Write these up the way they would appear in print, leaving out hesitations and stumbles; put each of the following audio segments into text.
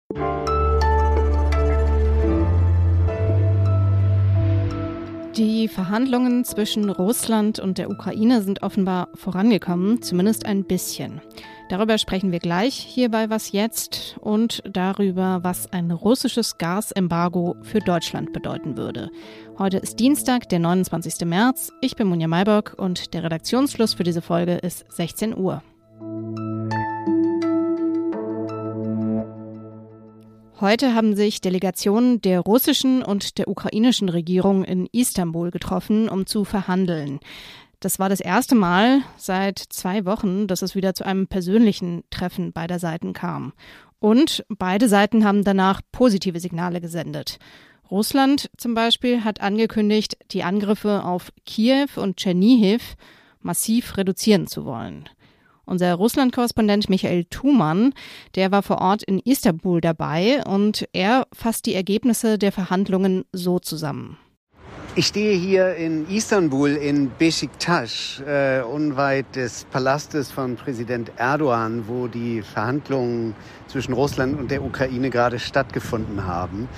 Die Verhandlungen zwischen Russland und der Ukraine sind offenbar vorangekommen, zumindest ein bisschen. Darüber sprechen wir gleich hier bei Was jetzt und darüber, was ein russisches Gasembargo für Deutschland bedeuten würde. Heute ist Dienstag, der 29. März. Ich bin Munja Mayborg und der Redaktionsschluss für diese Folge ist 16 Uhr. Heute haben sich Delegationen der russischen und der ukrainischen Regierung in Istanbul getroffen, um zu verhandeln. Das war das erste Mal seit 2 Wochen, dass es wieder zu einem persönlichen Treffen beider Seiten kam. Und beide Seiten haben danach positive Signale gesendet. Russland zum Beispiel hat angekündigt, die Angriffe auf Kiew und Tschernihiw massiv reduzieren zu wollen. Unser Russland-Korrespondent Michael Thumann, der war vor Ort in Istanbul dabei und er fasst die Ergebnisse der Verhandlungen so zusammen. Ich stehe hier in Istanbul in Beşiktaş, unweit des Palastes von Präsident Erdogan, wo die Verhandlungen zwischen Russland und der Ukraine gerade stattgefunden haben.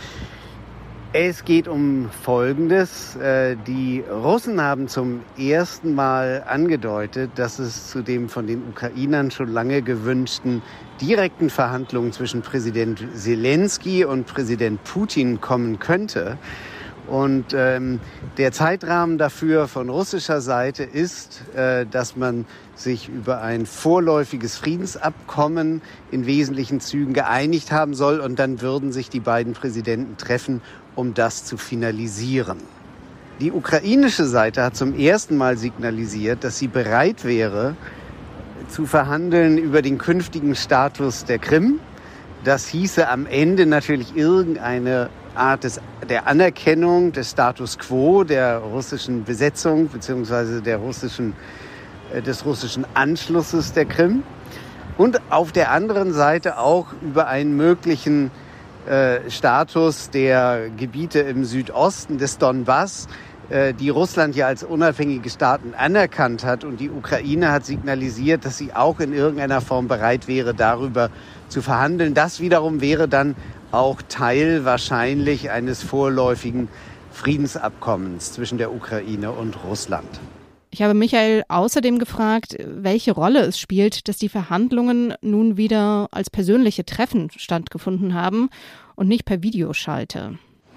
Es geht um Folgendes. Die Russen haben zum ersten Mal angedeutet, dass es zu dem von den Ukrainern schon lange gewünschten direkten Verhandlungen zwischen Präsident Zelensky und Präsident Putin kommen könnte. Und der Zeitrahmen dafür von russischer Seite ist, dass man sich über ein vorläufiges Friedensabkommen in wesentlichen Zügen geeinigt haben soll. Und dann würden sich die beiden Präsidenten treffen, um das zu finalisieren. Die ukrainische Seite hat zum ersten Mal signalisiert, dass sie bereit wäre, zu verhandeln über den künftigen Status der Krim. Das hieße am Ende natürlich irgendeine Art der Anerkennung des Status quo der russischen Besetzung bzw. des russischen Anschlusses der Krim und auf der anderen Seite auch über einen möglichen Status der Gebiete im Südosten des Donbass, die Russland ja als unabhängige Staaten anerkannt hat, und die Ukraine hat signalisiert, dass sie auch in irgendeiner Form bereit wäre, darüber zu verhandeln. Das wiederum wäre dann auch Teil wahrscheinlich eines vorläufigen Friedensabkommens zwischen der Ukraine und Russland. Ich habe Michael außerdem gefragt, welche Rolle es spielt, dass die Verhandlungen nun wieder als persönliche Treffen stattgefunden haben und nicht per Videoschalte.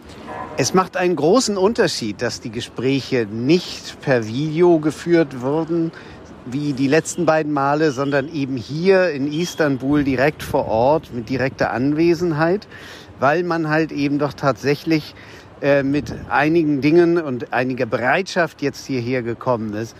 Es macht einen großen Unterschied, dass die Gespräche nicht per Video geführt wurden, wie die letzten beiden Male, sondern eben hier in Istanbul direkt vor Ort mit direkter Anwesenheit, weil man halt eben doch tatsächlich mit einigen Dingen und einiger Bereitschaft jetzt hierher gekommen ist,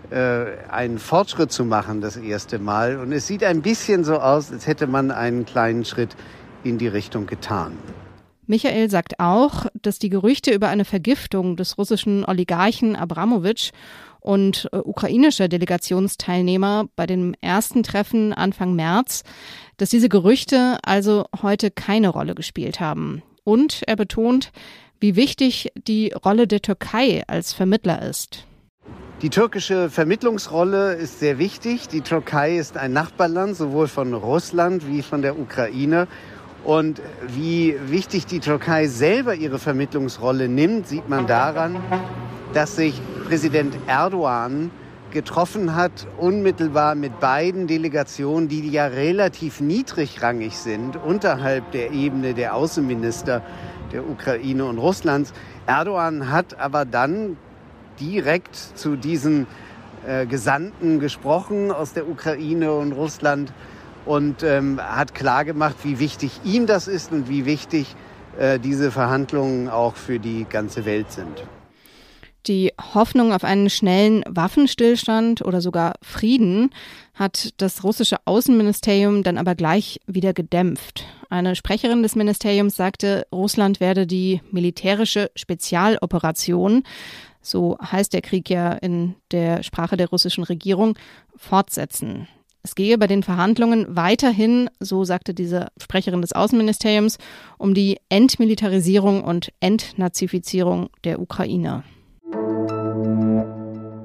einen Fortschritt zu machen das erste Mal. Und es sieht ein bisschen so aus, als hätte man einen kleinen Schritt in die Richtung getan. Michael sagt auch, dass die Gerüchte über eine Vergiftung des russischen Oligarchen Abramowitsch und ukrainischer Delegationsteilnehmer bei dem ersten Treffen Anfang März, dass diese Gerüchte also heute keine Rolle gespielt haben. Und er betont, wie wichtig die Rolle der Türkei als Vermittler ist. Die türkische Vermittlungsrolle ist sehr wichtig. Die Türkei ist ein Nachbarland, sowohl von Russland wie von der Ukraine. Und wie wichtig die Türkei selber ihre Vermittlungsrolle nimmt, sieht man daran, dass sich Präsident Erdogan getroffen hat, unmittelbar mit beiden Delegationen, die ja relativ niedrigrangig sind, unterhalb der Ebene der Außenminister der Ukraine und Russlands. Erdogan hat aber dann direkt zu diesen Gesandten gesprochen aus der Ukraine und Russland und hat klargemacht, wie wichtig ihm das ist und wie wichtig diese Verhandlungen auch für die ganze Welt sind. Die Hoffnung auf einen schnellen Waffenstillstand oder sogar Frieden hat das russische Außenministerium dann aber gleich wieder gedämpft. Eine Sprecherin des Ministeriums sagte, Russland werde die militärische Spezialoperation, so heißt der Krieg ja in der Sprache der russischen Regierung, fortsetzen. Es gehe bei den Verhandlungen weiterhin, so sagte diese Sprecherin des Außenministeriums, um die Entmilitarisierung und Entnazifizierung der Ukraine.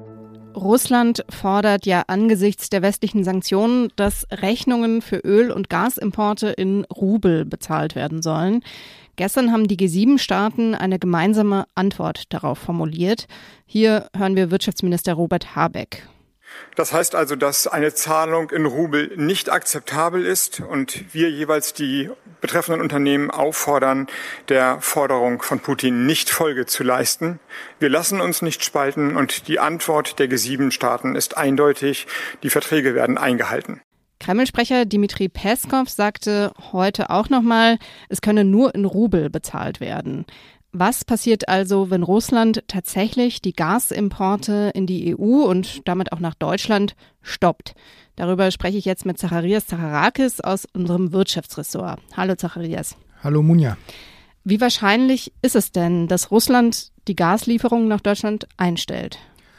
Russland fordert ja angesichts der westlichen Sanktionen, dass Rechnungen für Öl- und Gasimporte in Rubel bezahlt werden sollen. Gestern haben die G7-Staaten eine gemeinsame Antwort darauf formuliert. Hier hören wir Wirtschaftsminister Robert Habeck. Das heißt also, dass eine Zahlung in Rubel nicht akzeptabel ist und wir jeweils die betreffenden Unternehmen auffordern, der Forderung von Putin nicht Folge zu leisten. Wir lassen uns nicht spalten und die Antwort der G7-Staaten ist eindeutig, die Verträge werden eingehalten. Kreml-Sprecher Dmitri Peskov sagte heute auch nochmal, es könne nur in Rubel bezahlt werden. Was passiert also, wenn Russland tatsächlich die Gasimporte in die EU und damit auch nach Deutschland stoppt? Darüber spreche ich jetzt mit Zacharias Zacharakis aus unserem Wirtschaftsressort. Hallo Zacharias. Hallo Munja. Wie wahrscheinlich ist es denn, dass Russland die Gaslieferungen nach Deutschland einstellt?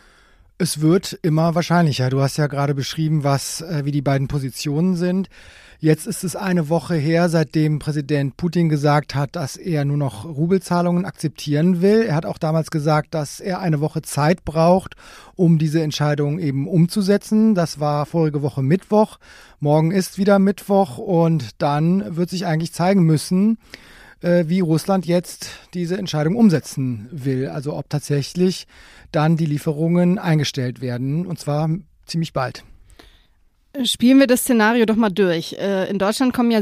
Es wird immer wahrscheinlicher. Du hast ja gerade beschrieben, wie die beiden Positionen sind. Jetzt ist es eine Woche her, seitdem Präsident Putin gesagt hat, dass er nur noch Rubelzahlungen akzeptieren will. Er hat auch damals gesagt, dass er eine Woche Zeit braucht, um diese Entscheidung eben umzusetzen. Das war vorige Woche Mittwoch. Morgen ist wieder Mittwoch und dann wird sich eigentlich zeigen müssen, wie Russland jetzt diese Entscheidung umsetzen will. Also ob tatsächlich dann die Lieferungen eingestellt werden, und zwar ziemlich bald. Spielen wir das Szenario doch mal durch. In Deutschland kommen ja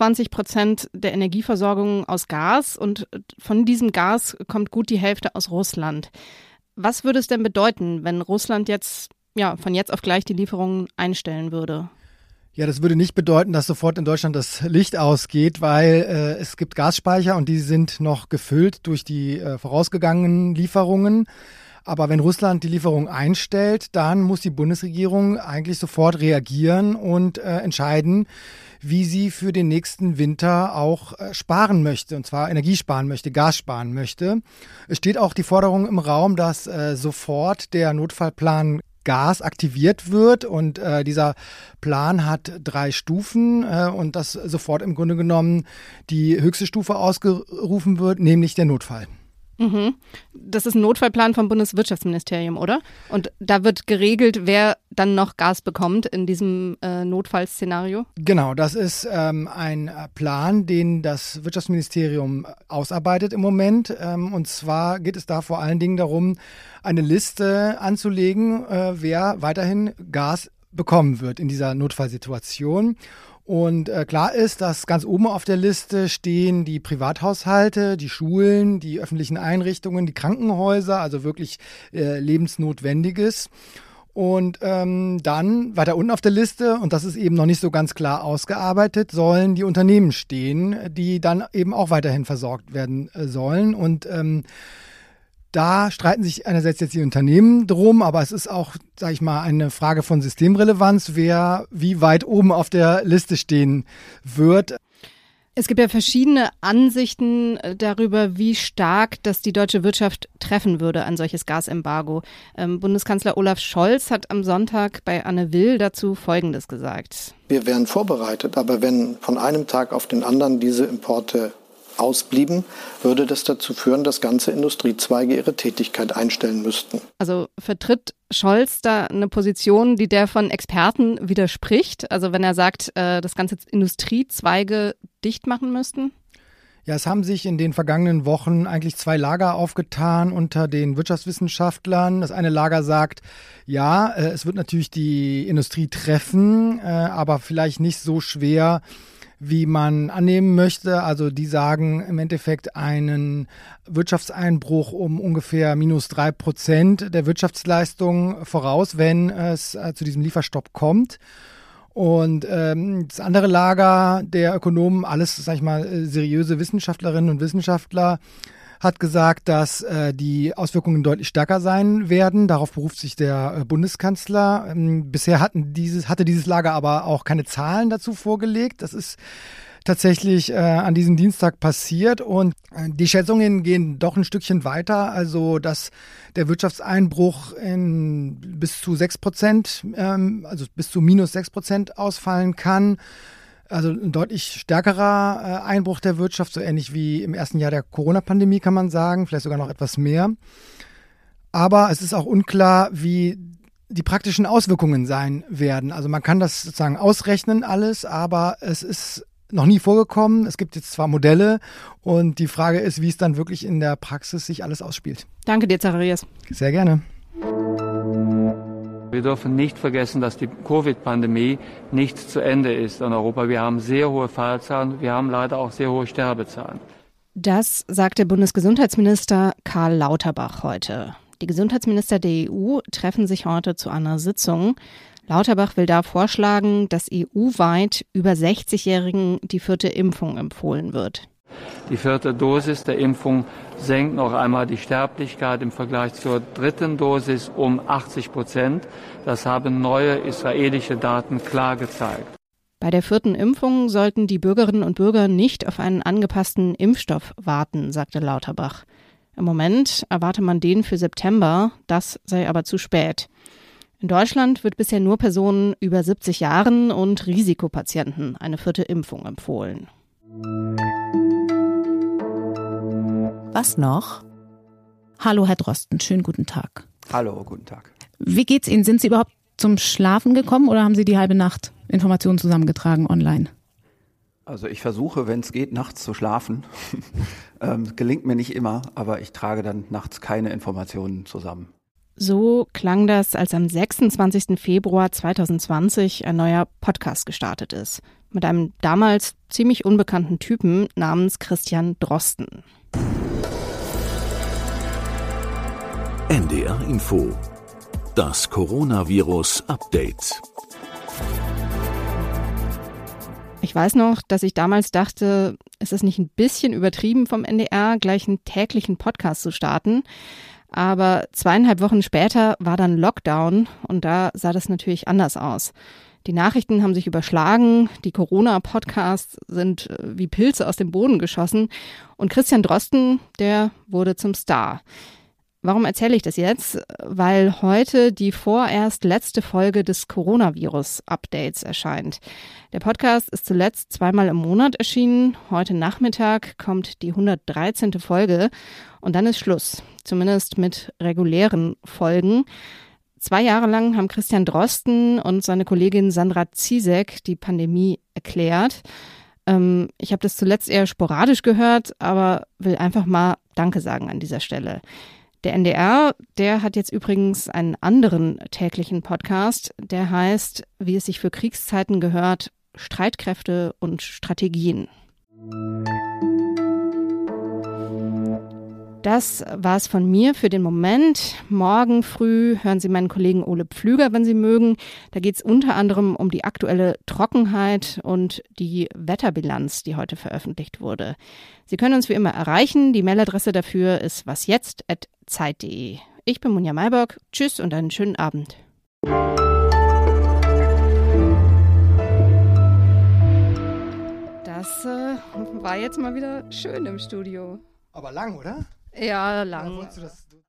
27% der Energieversorgung aus Gas und von diesem Gas kommt gut die Hälfte aus Russland. Was würde es denn bedeuten, wenn Russland jetzt von jetzt auf gleich die Lieferungen einstellen würde? Ja, das würde nicht bedeuten, dass sofort in Deutschland das Licht ausgeht, weil es gibt Gasspeicher und die sind noch gefüllt durch die vorausgegangenen Lieferungen. Aber wenn Russland die Lieferung einstellt, dann muss die Bundesregierung eigentlich sofort reagieren und entscheiden, wie sie für den nächsten Winter auch sparen möchte, und zwar Energie sparen möchte, Gas sparen möchte. Es steht auch die Forderung im Raum, dass sofort der Notfallplan Gas aktiviert wird und dieser Plan hat 3 Stufen und dass sofort im Grunde genommen die höchste Stufe ausgerufen wird, nämlich der Notfall. Mhm. Das ist ein Notfallplan vom Bundeswirtschaftsministerium, oder? Und da wird geregelt, wer dann noch Gas bekommt in diesem Notfallszenario? Genau, das ist ein Plan, den das Wirtschaftsministerium ausarbeitet im Moment. Und zwar geht es da vor allen Dingen darum, eine Liste anzulegen, wer weiterhin Gas bekommen wird in dieser Notfallsituation. Und klar ist, dass ganz oben auf der Liste stehen die Privathaushalte, die Schulen, die öffentlichen Einrichtungen, die Krankenhäuser, also wirklich Lebensnotwendiges. Und dann weiter unten auf der Liste, und das ist eben noch nicht so ganz klar ausgearbeitet, sollen die Unternehmen stehen, die dann eben auch weiterhin versorgt werden sollen. Und da streiten sich einerseits jetzt die Unternehmen drum, aber es ist auch, sage ich mal, eine Frage von Systemrelevanz, wer wie weit oben auf der Liste stehen wird. Es gibt ja verschiedene Ansichten darüber, wie stark das die deutsche Wirtschaft treffen würde, ein solches Gasembargo. Bundeskanzler Olaf Scholz hat am Sonntag bei Anne Will dazu Folgendes gesagt. Wir wären vorbereitet, aber wenn von einem Tag auf den anderen diese Importe ausblieben, würde das dazu führen, dass ganze Industriezweige ihre Tätigkeit einstellen müssten. Also vertritt Scholz da eine Position, die der von Experten widerspricht? Also wenn er sagt, dass ganze Industriezweige dicht machen müssten? Ja, es haben sich in den vergangenen Wochen eigentlich 2 Lager aufgetan unter den Wirtschaftswissenschaftlern. Das eine Lager sagt, ja, es wird natürlich die Industrie treffen, aber vielleicht nicht so schwer, wie man annehmen möchte. Also die sagen im Endeffekt einen Wirtschaftseinbruch um ungefähr -3% der Wirtschaftsleistung voraus, wenn es zu diesem Lieferstopp kommt. Und das andere Lager der Ökonomen, alles, sag ich mal, seriöse Wissenschaftlerinnen und Wissenschaftler, hat gesagt, dass die Auswirkungen deutlich stärker sein werden. Darauf beruft sich der Bundeskanzler. Bisher hatte dieses Lager aber auch keine Zahlen dazu vorgelegt. Das ist tatsächlich an diesem Dienstag passiert und die Schätzungen gehen doch ein Stückchen weiter, also dass der Wirtschaftseinbruch in bis zu 6%, also bis zu -6% ausfallen kann. Also ein deutlich stärkerer Einbruch der Wirtschaft, so ähnlich wie im ersten Jahr der Corona-Pandemie, kann man sagen, vielleicht sogar noch etwas mehr. Aber es ist auch unklar, wie die praktischen Auswirkungen sein werden. Also man kann das sozusagen ausrechnen alles, aber es ist noch nie vorgekommen. Es gibt jetzt zwar Modelle und die Frage ist, wie es dann wirklich in der Praxis sich alles ausspielt. Danke dir, Zacharias. Sehr gerne. Wir dürfen nicht vergessen, dass die Covid-Pandemie nicht zu Ende ist in Europa. Wir haben sehr hohe Fallzahlen, wir haben leider auch sehr hohe Sterbezahlen. Das sagte Bundesgesundheitsminister Karl Lauterbach heute. Die Gesundheitsminister der EU treffen sich heute zu einer Sitzung. Lauterbach will da vorschlagen, dass EU-weit über 60-Jährigen die 4. Impfung empfohlen wird. Die 4. Dosis der Impfung senkt noch einmal die Sterblichkeit im Vergleich zur 3. Dosis um 80%. Das haben neue israelische Daten klar gezeigt. Bei der 4. Impfung sollten die Bürgerinnen und Bürger nicht auf einen angepassten Impfstoff warten, sagte Lauterbach. Im Moment erwarte man den für September, das sei aber zu spät. In Deutschland wird bisher nur Personen über 70 Jahren und Risikopatienten eine 4. Impfung empfohlen. Was noch? Hallo, Herr Drosten, schönen guten Tag. Hallo, guten Tag. Wie geht's Ihnen? Sind Sie überhaupt zum Schlafen gekommen oder haben Sie die halbe Nacht Informationen zusammengetragen online? Also ich versuche, wenn es geht, nachts zu schlafen. Gelingt mir nicht immer, aber ich trage dann nachts keine Informationen zusammen. So klang das, als am 26. Februar 2020 ein neuer Podcast gestartet ist. Mit einem damals ziemlich unbekannten Typen namens Christian Drosten. NDR Info. Das Coronavirus-Update. Ich weiß noch, dass ich damals dachte, ist es nicht ein bisschen übertrieben vom NDR, gleich einen täglichen Podcast zu starten? Aber 2,5 Wochen später war dann Lockdown und da sah das natürlich anders aus. Die Nachrichten haben sich überschlagen, die Corona-Podcasts sind wie Pilze aus dem Boden geschossen und Christian Drosten, der wurde zum Star. Warum erzähle ich das jetzt? Weil heute die vorerst letzte Folge des Coronavirus-Updates erscheint. Der Podcast ist zuletzt 2-mal im Monat erschienen. Heute Nachmittag kommt die 113. Folge und dann ist Schluss. Zumindest mit regulären Folgen. 2 Jahre lang haben Christian Drosten und seine Kollegin Sandra Ziesek die Pandemie erklärt. Ich habe das zuletzt eher sporadisch gehört, aber will einfach mal Danke sagen an dieser Stelle. Der NDR, der hat jetzt übrigens einen anderen täglichen Podcast, der heißt, wie es sich für Kriegszeiten gehört, Streitkräfte und Strategien. Das war's von mir für den Moment. Morgen früh hören Sie meinen Kollegen Ole Pflüger, wenn Sie mögen. Da geht's unter anderem um die aktuelle Trockenheit und die Wetterbilanz, die heute veröffentlicht wurde. Sie können uns wie immer erreichen. Die Mailadresse dafür ist wasjetzt@zeit.de. Ich bin Munja Mayborg. Tschüss und einen schönen Abend. Das war jetzt mal wieder schön im Studio. Aber lang, oder? Ja, lang. Oder wolltest du das